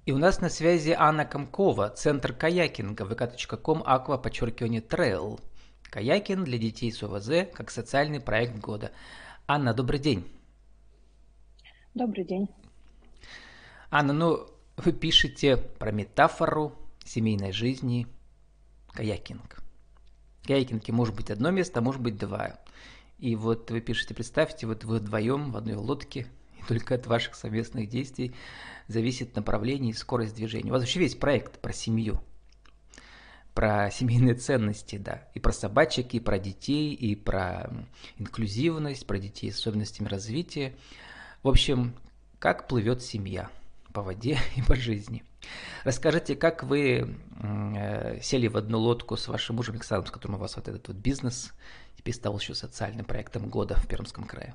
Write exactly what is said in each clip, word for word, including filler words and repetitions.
И у нас на связи Анна Комкова, Центр каякинга, вэ ка точка ком, аква, подчеркивание, трейл. Каякинг для детей с о вэ зэ как социальный проект года. Анна, добрый день. Добрый день. Анна, ну вы пишете про метафору семейной жизни каякинг. В каякинге может быть одно место, а может быть два. И вот вы пишете, представьте, вот вы вдвоем в одной лодке, и только от ваших совместных действий зависит направление и скорость движения. У вас вообще весь проект про семью, про семейные ценности, да, и про собачек, и про детей, и про инклюзивность, про детей с особенностями развития. В общем, как плывет семья по воде и по жизни. Расскажите, как вы э, сели в одну лодку с вашим мужем Александром, с которым у вас вот этот вот бизнес теперь стал еще социальным проектом года в Пермском крае?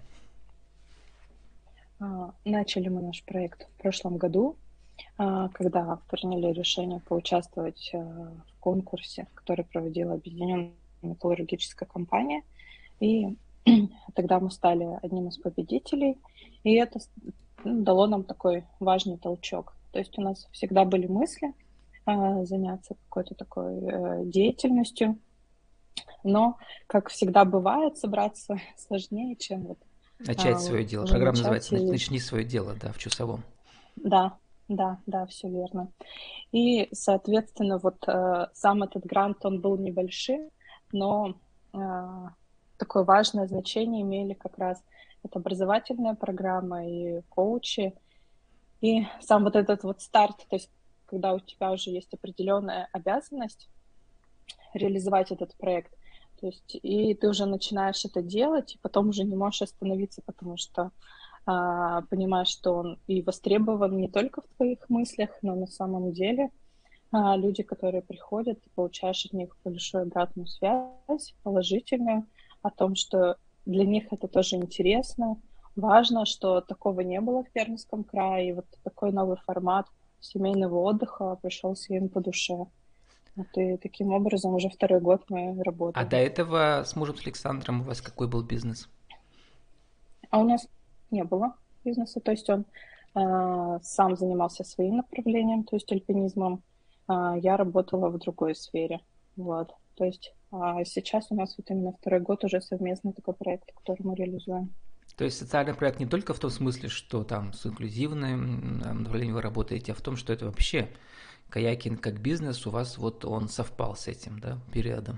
Начали мы наш проект в прошлом году, когда приняли решение поучаствовать в конкурсе, который проводила Объединенная металлургическая компания. И тогда мы стали одним из победителей, и это дало нам такой важный толчок. То есть у нас всегда были мысли заняться какой-то такой деятельностью, но, как всегда бывает, собраться сложнее, чем вот Начать свое дело. уже Программа начать. называется И... «Начни свое дело», да, в Чусовом. Да, да, да, все верно. И, соответственно, вот э, сам этот грант, он был небольшим, но э, такое важное значение имели как раз это образовательная программа и коучи, и сам вот этот вот старт, то есть когда у тебя уже есть определенная обязанность реализовать этот проект, то есть и ты уже начинаешь это делать, и потом уже не можешь остановиться, потому что а, понимаешь, что он и востребован не только в твоих мыслях, но на самом деле а, люди, которые приходят, ты получаешь от них большую обратную связь, положительную, о том, что для них это тоже интересно, важно, что такого не было в Пермском крае, и вот такой новый формат семейного отдыха пришелся им по душе. Вот и таким образом уже второй год мы А до работаем. этого с мужем с Александром у вас какой был бизнес? А у нас не было бизнеса, то есть он э, сам занимался своим направлением, то есть альпинизмом, а я работала в другой сфере, вот, то есть а сейчас у нас вот именно второй год уже совместный такой проект, который мы реализуем. То есть социальный проект не только в том смысле, что там с инклюзивным направлением вы работаете, а в том, что это вообще каякинг как бизнес, у вас вот он совпал с этим, да, периодом.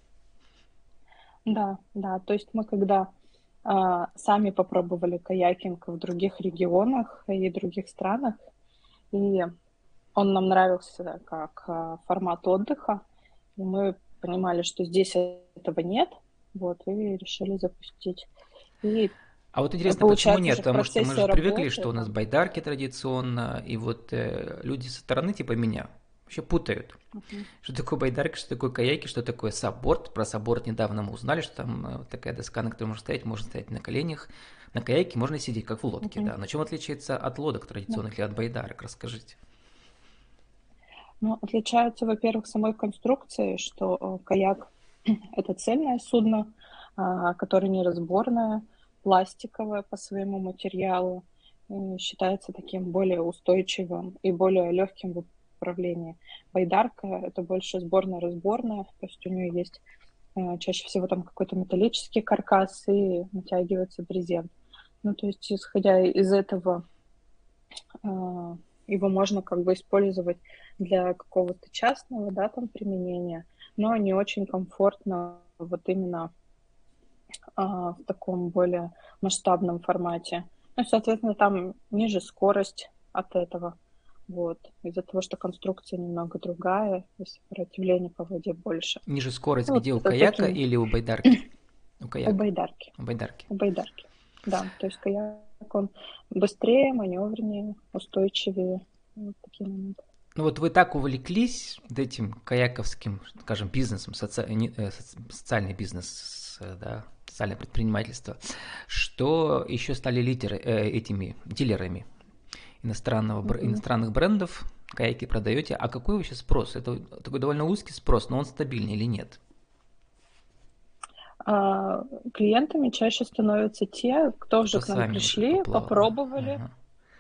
Да, да, то есть мы когда а, сами попробовали каякинг в других регионах и других странах, и он нам нравился как а, формат отдыха, и мы понимали, что здесь этого нет, вот, и решили запустить. И А вот интересно, почему получается нет? уже в Потому что мы же процессе привыкли, работы что у нас там. байдарки традиционно, и вот э, люди со стороны типа меня вообще путают. Мгм. Что такое байдарка, что такое каяки, что такое сабборд. Про сабборд недавно мы узнали, что там э, вот такая доска, на которой можно стоять, можно стоять на коленях. На каяке можно сидеть, как в лодке, Мгм. да. Но чем отличается от лодок Да. традиционных или от байдарок, расскажите. Ну, отличаются, во-первых, самой конструкцией, что э, каяк это цельное судно, а, которое неразборное, пластиковое по своему материалу, и считается таким более устойчивым и более легким в управлении. Байдарка это больше сборно-разборная, то есть у нее есть э, чаще всего там какой-то металлический каркас и натягивается брезент. Ну, то есть, исходя из этого, э, его можно как бы использовать для какого-то частного, да, там применения, но не очень комфортно вот именно а, в таком более масштабном формате. Ну, соответственно, там ниже скорость от этого. Вот. Из-за того, что конструкция немного другая, и сопротивление по воде больше. Ниже скорость Ну, вот где, у это каяка таким или у байдарки? У у каяка. байдарки. У байдарки. У байдарки. Да, то есть каяк, он быстрее, маневреннее, устойчивее. Вот такие моменты. Ну вот вы так увлеклись вот этим каяковским, скажем, бизнесом, соци... не, э, социальный бизнес, э, да, социальное предпринимательство, что еще стали лидеры, э, этими дилерами иностранного, бр- Мгм. иностранных брендов, каяки продаете. А какой вообще спрос? Это такой довольно узкий спрос, но он стабильный или нет? А, клиентами чаще становятся те, кто уже Кто к с нам вами уже пришли, поплавал, да? попробовали, Ага.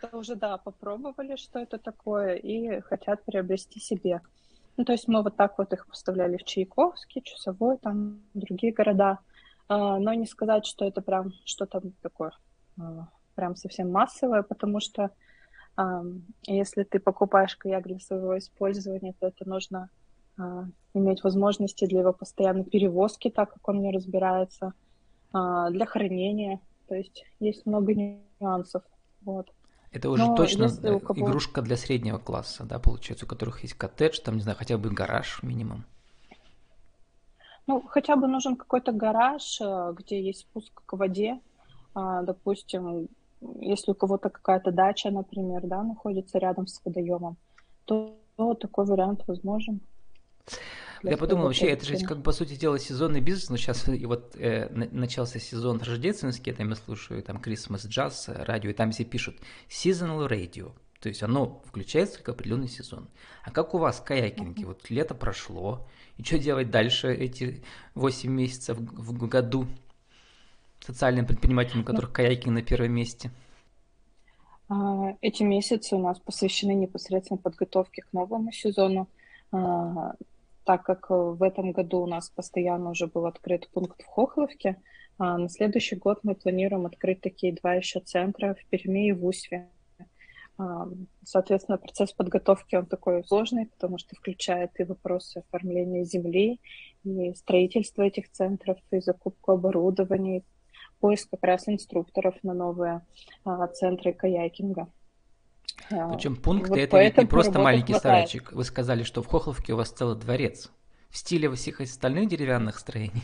ребята уже, да, попробовали, что это такое, и хотят приобрести себе. Ну, то есть мы вот так вот их поставляли в Чайковский, Чусовой, там другие города. А, но не сказать, что это прям что-то такое а, прям совсем массовое, потому что а, если ты покупаешь каяк для своего использования, то это нужно а, иметь возможности для его постоянной перевозки, так как он не разбирается, а, для хранения. То есть есть много нюансов. Вот. Это уже Но точно если э, у кого... игрушка для среднего класса, да, получается, у которых есть коттедж, там, не знаю, хотя бы гараж минимум. Ну, хотя бы нужен какой-то гараж, э, где есть спуск к воде. А, допустим, если у кого-то какая-то дача, например, да, находится рядом с водоемом, то, то такой вариант возможен для Я подумал, своего вообще, это же пользования. как бы, по сути дела, сезонный бизнес, но сейчас и вот э, на- начался сезон рождественский, там я слушаю там Christmas Jazz, э, радио, и там все пишут seasonal radio, то есть оно включается как определенный сезон. А как у вас каякинги? Мгм. Вот лето прошло, и что делать дальше эти восемь месяцев в году социальным предпринимателям, у Ну, которых каякинг на первом месте? а, эти месяцы у нас посвящены непосредственно подготовке к новому сезону. А, так как э, в этом году у нас постоянно уже был открыт пункт в Хохловке, а на следующий год мы планируем открыть такие два еще центра в Перми и в Усве. А, Соответственно, процесс подготовки, он такой сложный, потому что включает и вопросы оформления земли, и строительство этих центров, и закупку оборудования, и поиск как раз инструкторов на новые а, центры каякинга. А, Причем И пункты вот это ведь не поэтому просто работы маленький хватает. сарайчик. Вы сказали, что в Хохловке у вас целый дворец в стиле всех остальных деревянных строений.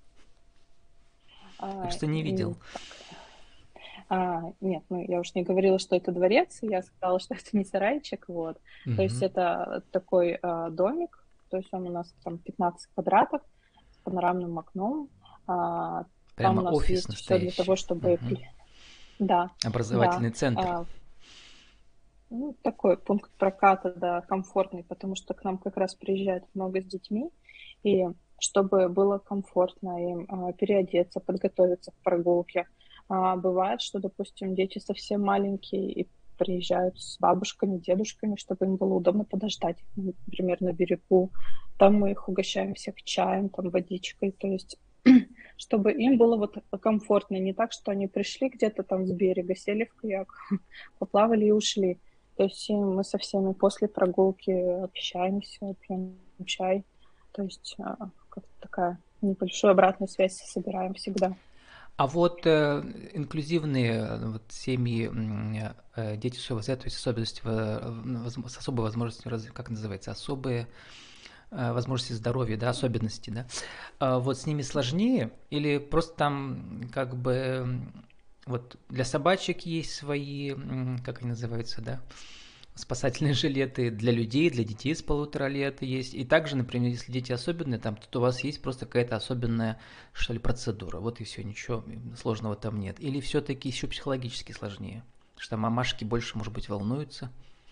Я А, просто не видел. м, так. А, нет, ну я уж не говорила, что это дворец, я сказала, что это не сарайчик, вот. То есть Мгм. это такой а, домик, то есть он у нас там пятнадцать квадратов с панорамным окном. А, там Прямо у нас офис есть все для того, настоящий. чтобы... Мгм. кли- Да, да. Образовательный центр. А, ну, такой пункт проката, да, комфортный, потому что к нам как раз приезжает много с детьми, и чтобы было комфортно им а, переодеться, подготовиться к прогулке. А, бывает, что, допустим, дети совсем маленькие и приезжают с бабушками, дедушками, чтобы им было удобно подождать их, ну, например, на берегу. Там мы их угощаем всех чаем, там, водичкой, то есть чтобы им было вот комфортно, не так, что они пришли где-то там с берега, сели в каяк, поплавали и ушли. То есть и мы со всеми после прогулки общаемся, пьем чай. То есть а, как такая небольшую обратную связь собираем всегда. А вот э, инклюзивные э, вот, семьи, м, э, дети с ОВЗ, то есть особенности, э, возм- с особой возможностью, разве- как называется, особые э, возможности здоровья, да, особенности, да. А вот с ними сложнее или просто там как бы м, вот для собачек есть свои, м, как они называются, да, спасательные жилеты для людей, для детей с полутора лет есть. И также, например, если дети особенные, там, то у вас есть просто какая-то особенная, что ли, процедура. Вот и все, ничего сложного там нет. Или все-таки еще психологически сложнее? Что мамашки больше, может быть, волнуются?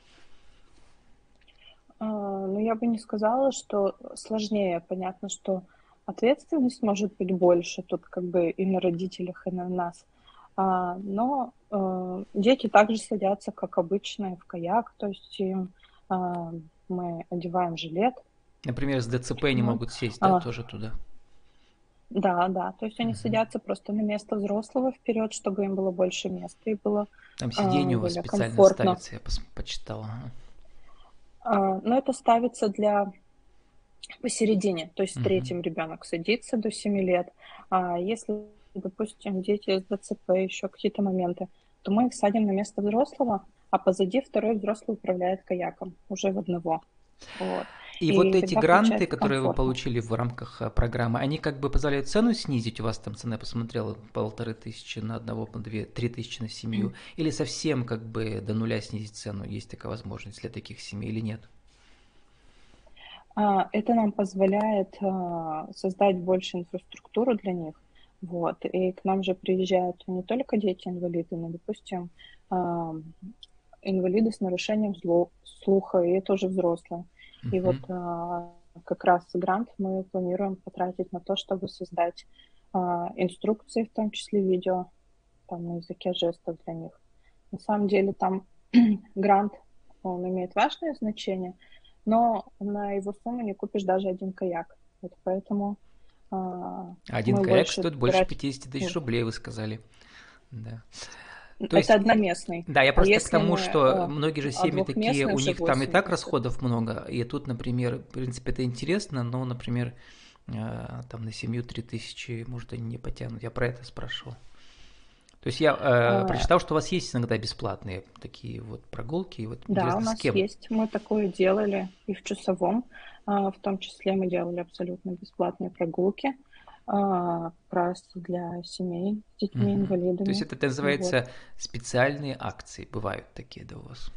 А, ну, я бы не сказала, что сложнее. Понятно, что ответственность может быть больше тут как бы и на родителях, и на нас. А, но э, дети также садятся, как обычно, в каяк, то есть им а, мы одеваем жилет. Например, с ДЦП не Вот. могут сесть, да, А, тоже туда. да, да, то есть они Мгм. садятся просто на место взрослого вперед, чтобы им было больше места и было Там а, сиденье у вас более специально комфортно. ставится, я пос- почитал. Ага. А, но это ставится для посередине, то есть с Мгм. третьим ребенок садится до семи лет. А если, допустим, дети с ДЦП, еще какие-то моменты, то мы их садим на место взрослого, а позади второй взрослый управляет каяком уже в одного. Вот. И вот И эти тогда гранты, получается которые вы комфортно. получили в рамках э, программы, они как бы позволяют цену снизить? У вас там цена, я посмотрела, полторы тысячи на одного, на две, три тысячи на семью. Или совсем как бы до нуля снизить цену? Есть такая возможность для таких семей или нет? А, Это нам позволяет а, создать больше инфраструктуру для них. Вот. И к нам же приезжают не только дети-инвалиды, но, допустим, а, инвалиды с нарушением зло- слуха, и это уже взрослые. И вот Мгм. а, как раз грант мы планируем потратить на то, чтобы создать а, инструкции, в том числе видео, там, на языке жестов для них. На самом деле там грант, он имеет важное значение, но на его сумму не купишь даже один каяк. Вот поэтому а, Один мы каяк больше стоит больше тратим... пятьдесят тысяч ну, рублей, вы сказали. Да. То это есть, одноместный. да, я А просто к если тому, мы что э, многие же а семьи такие, двухместный у уже них там и так восемьдесят. расходов много, и тут, например, в принципе, это интересно, но, например, э, там на семью три тысячи, может, они не потянут. Я про это спрашивал. То есть я э, А, прочитал, что у вас есть иногда бесплатные такие вот прогулки, и вот Да, у интересно, с нас кем? есть. Мы такое делали и в Часовом. А, В том числе мы делали абсолютно бесплатные прогулки а, как раз для семей с Мгм. То есть детьми-инвалидами. это Вот. называется специальные акции, бывают такие, да, у вас?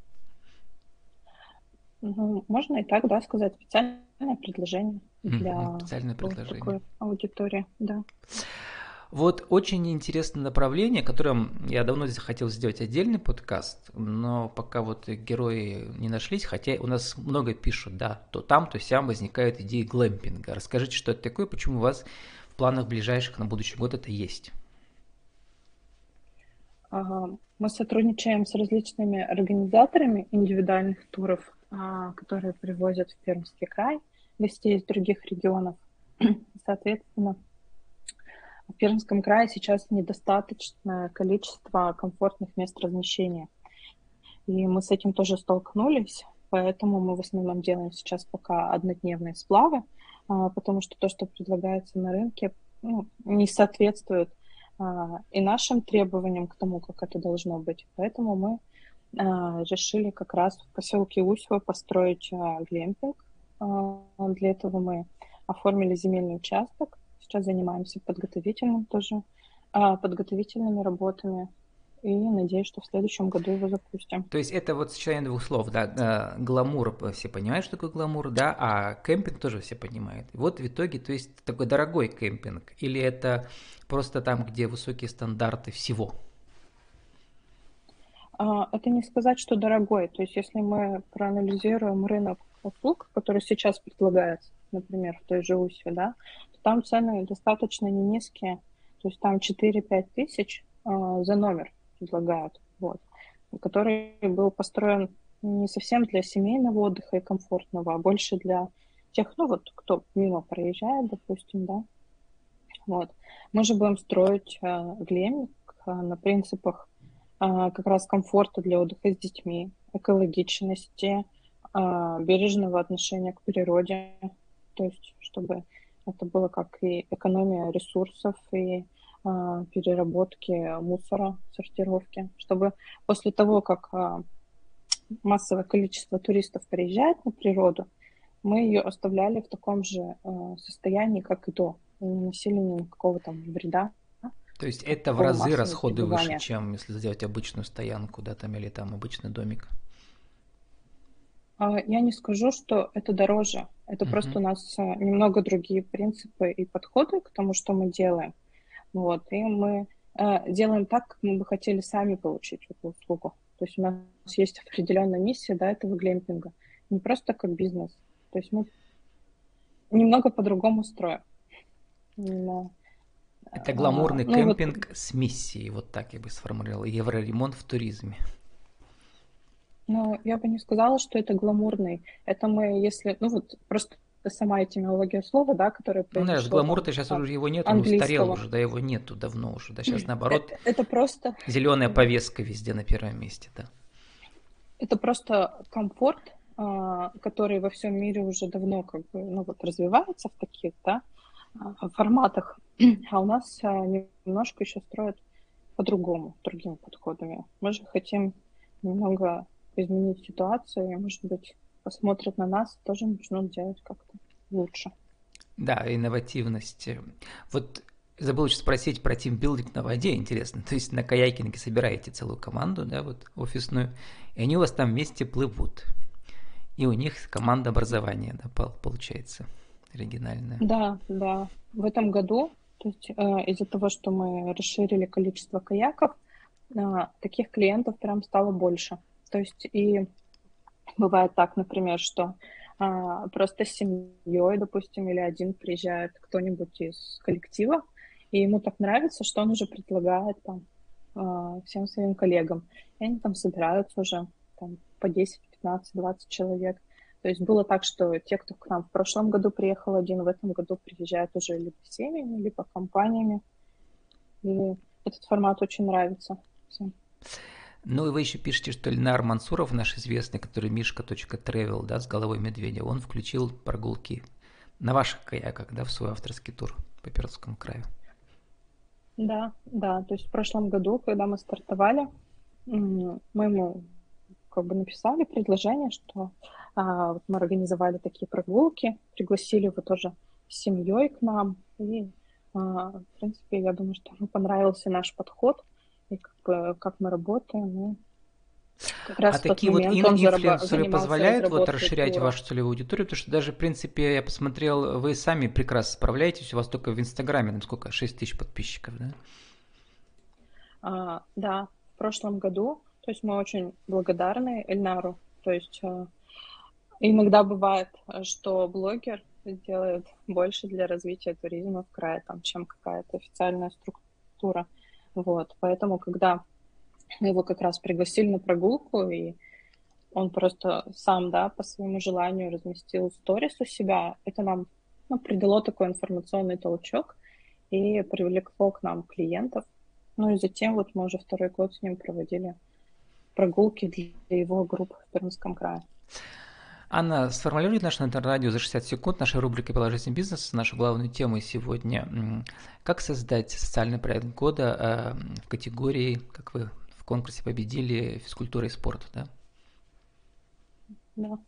Ну, можно и так, да, сказать, специальное предложение Мгм. для Специальное вот предложение. такой аудитории, да. Вот очень интересное направление, которым я давно хотел сделать отдельный подкаст, но пока вот герои не нашлись, хотя у нас много пишут, да, то там, то сям возникают идеи глэмпинга. Расскажите, что это такое, почему у вас в планах ближайших на будущий год это есть? Ага. Мы сотрудничаем с различными организаторами индивидуальных туров, а, которые привозят в Пермский край гостей из других регионов. Соответственно, в Пермском крае сейчас недостаточное количество комфортных мест размещения. И мы с этим тоже столкнулись, поэтому мы в основном делаем сейчас пока однодневные сплавы, а, потому что то, что предлагается на рынке, ну, не соответствует а, и нашим требованиям к тому, как это должно быть. Поэтому мы а, решили как раз в поселке Усево построить а, глэмпинг. А, Для этого мы оформили земельный участок. Сейчас занимаемся подготовительным тоже, а, подготовительными работами. И надеюсь, что в следующем году его запустим. То есть это вот сочетание двух слов, да, э, гламур, э, все понимают, что такое гламур, да, а кемпинг тоже все понимают. И вот в итоге, то есть такой дорогой кемпинг, или это просто там, где высокие стандарты всего? А, Это не сказать, что дорогой. То есть если мы проанализируем рынок услуг, который сейчас предлагается, например, в той же Усе, да, то там цены достаточно не низкие. То есть там четыре-пять тысяч а, за номер предлагают, вот, который был построен не совсем для семейного отдыха и комфортного, а больше для тех, ну вот, кто мимо проезжает, допустим, да, вот. Мы же будем строить а, глэмпинг а, на принципах а, как раз комфорта для отдыха с детьми, экологичности, а, бережного отношения к природе. То есть, чтобы это было как и экономия ресурсов, и а, переработки мусора, сортировки. Чтобы после того, как а, массовое количество туристов приезжает на природу, мы ее оставляли в таком же э, состоянии, как и до. И не носили никакого там вреда, То есть это в такого разы массового расходы выше, пребывания. чем если сделать обычную стоянку, да, там или там обычный домик. А Я не скажу, что это дороже. Это Мгм. просто у нас э, немного другие принципы и подходы к тому, что мы делаем. Вот. И мы э, делаем так, как мы бы хотели сами получить эту услугу. То есть у нас есть определенная миссия, да, этого глэмпинга. Не просто как бизнес. То есть мы немного по-другому строим. Именно, Это а, гламурный ну вот, кемпинг с миссией, вот так я бы сформулировал. Евроремонт в туризме. ну, я бы не сказала, что это гламурный. Это мы, если, ну вот, просто сама этимология слова, да, которая Ну, знаешь, произошло там гламур-то сейчас от уже его нет, он устарел английского. уже, да, его нету давно уже, да, сейчас Э, наоборот, Это просто, зеленая вот, повестка везде на первом месте, да. это просто комфорт, а, который во всем мире уже давно как бы, ну вот, развивается в таких, да, а, форматах. А у нас а, немножко еще строят по-другому, другими подходами. Мы же хотим немного изменить ситуацию, и, может быть, посмотрят на нас, тоже начнут делать как-то лучше. Да, инновативность. Вот забыл еще спросить про тимбилдинг на воде, интересно. То есть на каякинге собираете целую команду, да, вот офисную, и они у вас там вместе плывут. И у них команда образования, да, пол- получается, оригинальная. Да, да. В этом году, то есть э, из-за того, что мы расширили количество каяков, э, таких клиентов прям стало больше. То есть и бывает так, например, что а, просто с семьей, допустим, или один приезжает кто-нибудь из коллектива, и ему так нравится, что он уже предлагает там. а, всем своим коллегам. И они там собираются уже там, по десять, пятнадцать, двадцать человек. То есть было так, что те, кто к нам в прошлом году приехал один, в этом году приезжают уже либо семьями, либо компаниями. И этот формат очень нравится всем. Ну и вы еще пишете, что Ильнар Мансуров, наш известный, который мишка.travel, да, с головой медведя, он включил прогулки на ваших каяках, да, в свой авторский тур по Пермскому краю. Да, да, то есть в прошлом году, когда мы стартовали, мы ему как бы написали предложение, что а, вот мы организовали такие прогулки, пригласили его тоже с семьей к нам, и а, в принципе, я думаю, что ему понравился наш подход и как бы как мы работаем. И как раз А в тот такие вот момент он зараба- инфлюенсеры занимался позволяют вот разработкой расширять тура. вашу целевую аудиторию? Потому что даже, в принципе, я посмотрел, вы сами прекрасно справляетесь, у вас только в Инстаграме, там сколько, шесть тысяч подписчиков, да? А, да, в прошлом году, то есть мы очень благодарны Эльнару, то есть а, иногда бывает, что блогер делает больше для развития туризма в крае, там, чем какая-то официальная структура. Вот. Поэтому, когда мы его как раз пригласили на прогулку, и он просто сам, да, по своему желанию разместил сторис у себя, это нам, ну, придало такой информационный толчок и привлекло к нам клиентов. Ну и затем вот мы уже второй год с ним проводили прогулки для его групп в Пермском крае. Анна, сформулирует наше интеррадио за шестьдесят секунд нашей рубрикой «Положительный бизнес», нашу главную тему сегодня. Как создать социальный проект года в категории, как вы в конкурсе победили, физкультура и спорт, да? Да.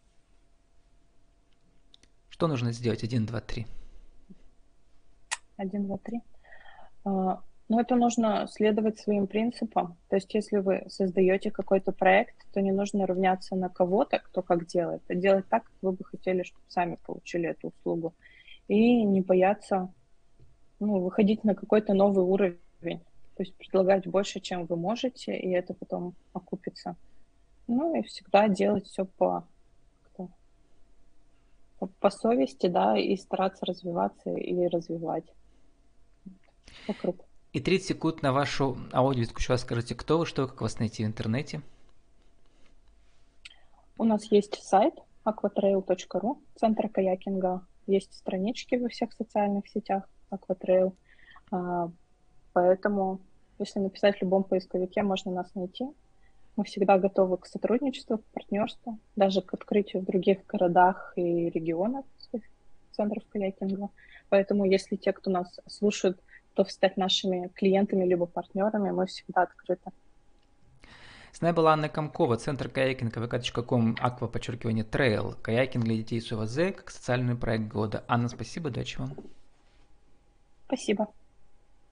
Что нужно сделать? Один, два, три. Один, два, три. Но это нужно следовать своим принципам. То есть если вы создаете какой-то проект, то не нужно равняться на кого-то, кто как делает, а делать так, как вы бы хотели, чтобы сами получили эту услугу. И не бояться, ну, выходить на какой-то новый уровень. То есть предлагать больше, чем вы можете, и это потом окупится. Ну и всегда делать все по, по, по совести, да, и стараться развиваться и развивать. Вокруг. И тридцать секунд на вашу аудио. Еще раз скажите, кто вы, что, как вас найти в интернете? У нас есть сайт aquatrail точка ру, центр каякинга. Есть странички во всех социальных сетях Aquatrail. Поэтому, если написать в любом поисковике, можно нас найти. Мы всегда готовы к сотрудничеству, к партнерству, даже к открытию в других городах и регионах центров каякинга. Поэтому, если те, кто нас слушают, готовы стать нашими клиентами либо партнерами, мы всегда открыты. С нами была Анна Комкова, центр каякинга вэ ка точка ком, аква, подчеркивание, трейл, каякинг для детей с УВЗ, как социальный проект года. Анна, спасибо, удачи вам. Спасибо.